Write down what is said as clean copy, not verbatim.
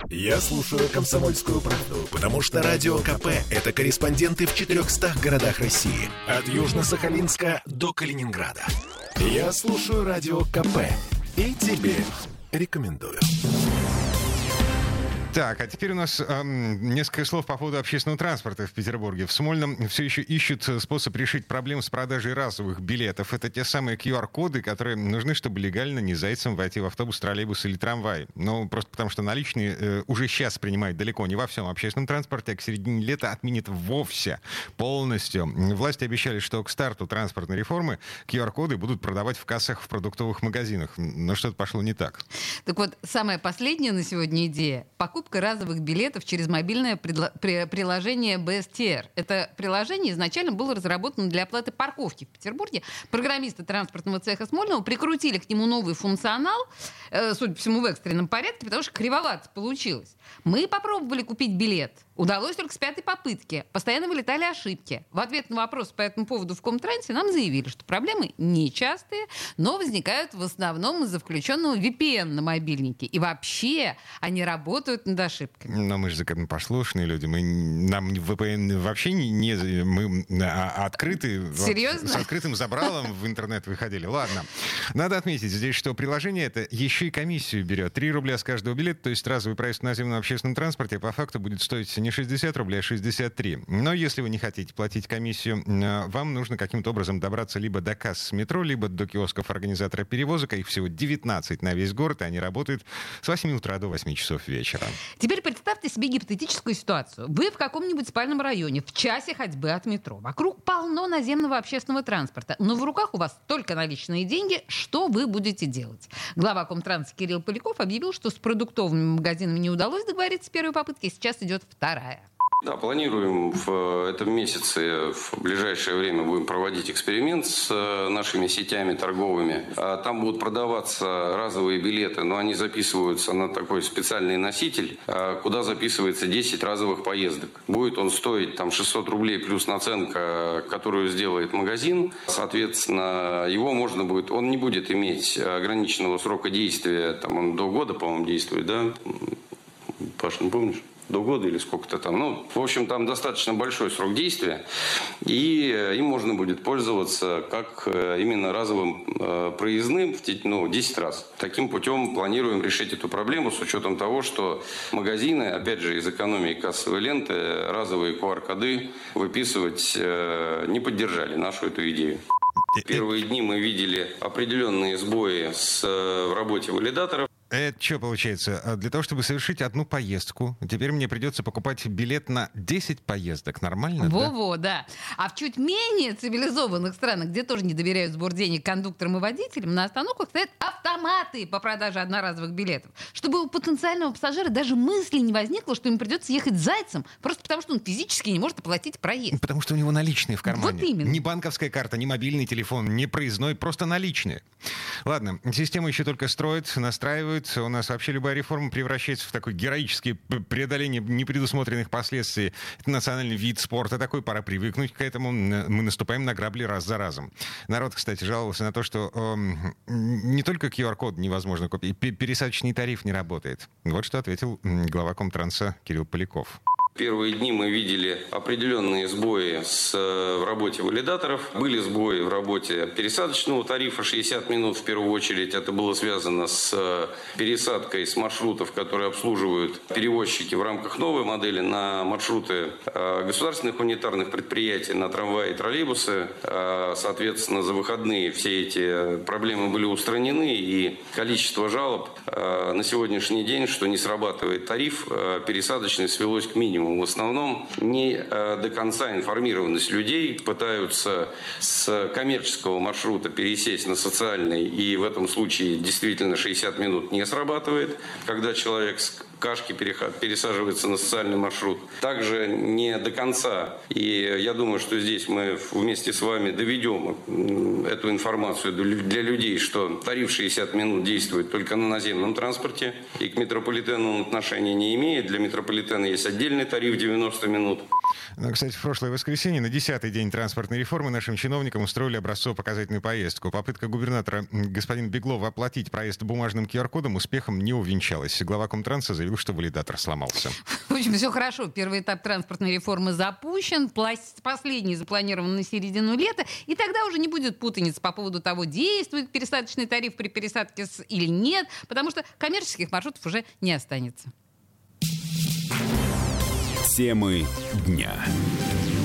Я слушаю «Комсомольскую правду», потому что Радио КП – это корреспонденты в 400 городах России. От Южно-Сахалинска до Калининграда. Я слушаю Радио КП и тебе рекомендую. Так, а теперь у нас несколько слов по поводу общественного транспорта в Петербурге. В Смольном все еще ищут способ решить проблему с продажей разовых билетов. Это те самые QR-коды, которые нужны, чтобы легально не зайцем войти в автобус, троллейбус или трамвай. Ну, просто потому что наличные уже сейчас принимают далеко не во всем общественном транспорте, а к середине лета отменят вовсе, полностью. Власти обещали, что к старту транспортной реформы QR-коды будут продавать в кассах в продуктовых магазинах. Но что-то пошло не так. Так вот, самая последняя на сегодня идея — покупка разовых билетов через мобильное приложение БСТР. Это приложение изначально было разработано для оплаты парковки в Петербурге. Программисты транспортного цеха Смольного прикрутили к нему новый функционал, судя по всему, в экстренном порядке, потому что кривовато получилось. Мы попробовали купить билет. Удалось только с 5-й попытки. Постоянно вылетали ошибки. В ответ на вопрос по этому поводу в Комтрансе нам заявили, что проблемы нечастые, но возникают в основном из-за включенного VPN на мобильнике. И вообще они работают над ошибками. Но мы же законопослушные люди. Нам VPN вообще мы открыты. Серьезно? С открытым забралом в интернет выходили. Ладно. Надо отметить здесь, что приложение это еще и комиссию берет. 3 рубля с каждого билета, то есть разовый проезд в наземном общественном транспорте по факту будет стоить не 60 рублей, а 63. Но если вы не хотите платить комиссию, вам нужно каким-то образом добраться либо до касс метро, либо до киосков организатора перевозок, а их всего 19 на весь город, и они работают с 8 утра до 8 часов вечера. Теперь представьте себе гипотетическую ситуацию. Вы в каком-нибудь спальном районе, в часе ходьбы от метро. Вокруг полно наземного общественного транспорта, но в руках у вас только наличные деньги. Что вы будете делать? Глава Комтранса Кирилл Поляков объявил, что с продуктовыми магазинами не удалось договориться с первой попытки, сейчас идет вторая. Да, планируем в этом месяце, в ближайшее время будем проводить эксперимент с нашими сетями торговыми. Там будут продаваться разовые билеты, но они записываются на такой специальный носитель, куда записывается 10 разовых поездок. Будет он стоить там 600 рублей плюс наценка, которую сделает магазин. Соответственно, его можно будет, он не будет иметь ограниченного срока действия, там он до года, по-моему, действует, да? Паш, не помнишь? До года или сколько-то там. Ну, в общем, там достаточно большой срок действия, и им можно будет пользоваться как именно разовым проездным 10 раз. Таким путем планируем решить эту проблему с учетом того, что магазины, опять же, из экономии кассовой ленты, разовые QR-коды выписывать не поддержали нашу эту идею. В первые дни мы видели определенные сбои в работе валидаторов. Это что получается? Для того, чтобы совершить одну поездку, теперь мне придется покупать билет на 10 поездок. Нормально, Во-во, да? А в чуть менее цивилизованных странах, где тоже не доверяют сбор денег кондукторам и водителям, на остановках стоят автоматы по продаже одноразовых билетов. Чтобы у потенциального пассажира даже мысли не возникло, что ему придется ехать зайцем, просто потому что он физически не может оплатить проезд. Потому что у него наличные в кармане. Вот именно. Не банковская карта, не мобильный телефон, не проездной, просто наличные. Ладно, систему еще только строят, настраивают. У нас вообще любая реформа превращается в такое героическое преодоление непредусмотренных последствий. Это национальный вид спорта такой, пора привыкнуть к этому. Мы наступаем на грабли раз за разом. Народ, кстати, жаловался на то, что не только QR-код невозможно купить, пересадочный тариф не работает. Вот что ответил глава Комтранса Кирилл Поляков. Первые дни мы видели определенные сбои в работе валидаторов. Были сбои в работе пересадочного тарифа 60 минут в первую очередь. Это было связано с пересадкой с маршрутов, которые обслуживают перевозчики в рамках новой модели на маршруты государственных унитарных предприятий, на трамваи и троллейбусы. Соответственно, за выходные все эти проблемы были устранены, и количество жалоб на сегодняшний день, что не срабатывает тариф, пересадочный свелось к минимуму. В основном не до конца информированность людей, пытаются с коммерческого маршрута пересесть на социальный, и в этом случае действительно 60 минут не срабатывает, когда человек с кашки пересаживается на социальный маршрут. Также не до конца. И я думаю, что здесь мы вместе с вами доведем эту информацию для людей, что тариф 60 минут действует только на наземном транспорте и к метрополитену он отношения не имеет. Для метрополитена есть отдельный тариф 90 минут. Ну, кстати, в прошлое воскресенье, на 10-й день транспортной реформы, нашим чиновникам устроили образцово-показательную поездку. Попытка губернатора господина Беглова оплатить проезд бумажным QR-кодом успехом не увенчалась. Глава Комтранса заявил, что валидатор сломался. В общем, все хорошо. Первый этап транспортной реформы запущен. Последний запланирован на середину лета. И тогда уже не будет путаницы по поводу того, действует пересадочный тариф при пересадке или нет. Потому что коммерческих маршрутов уже не останется. Темы дня.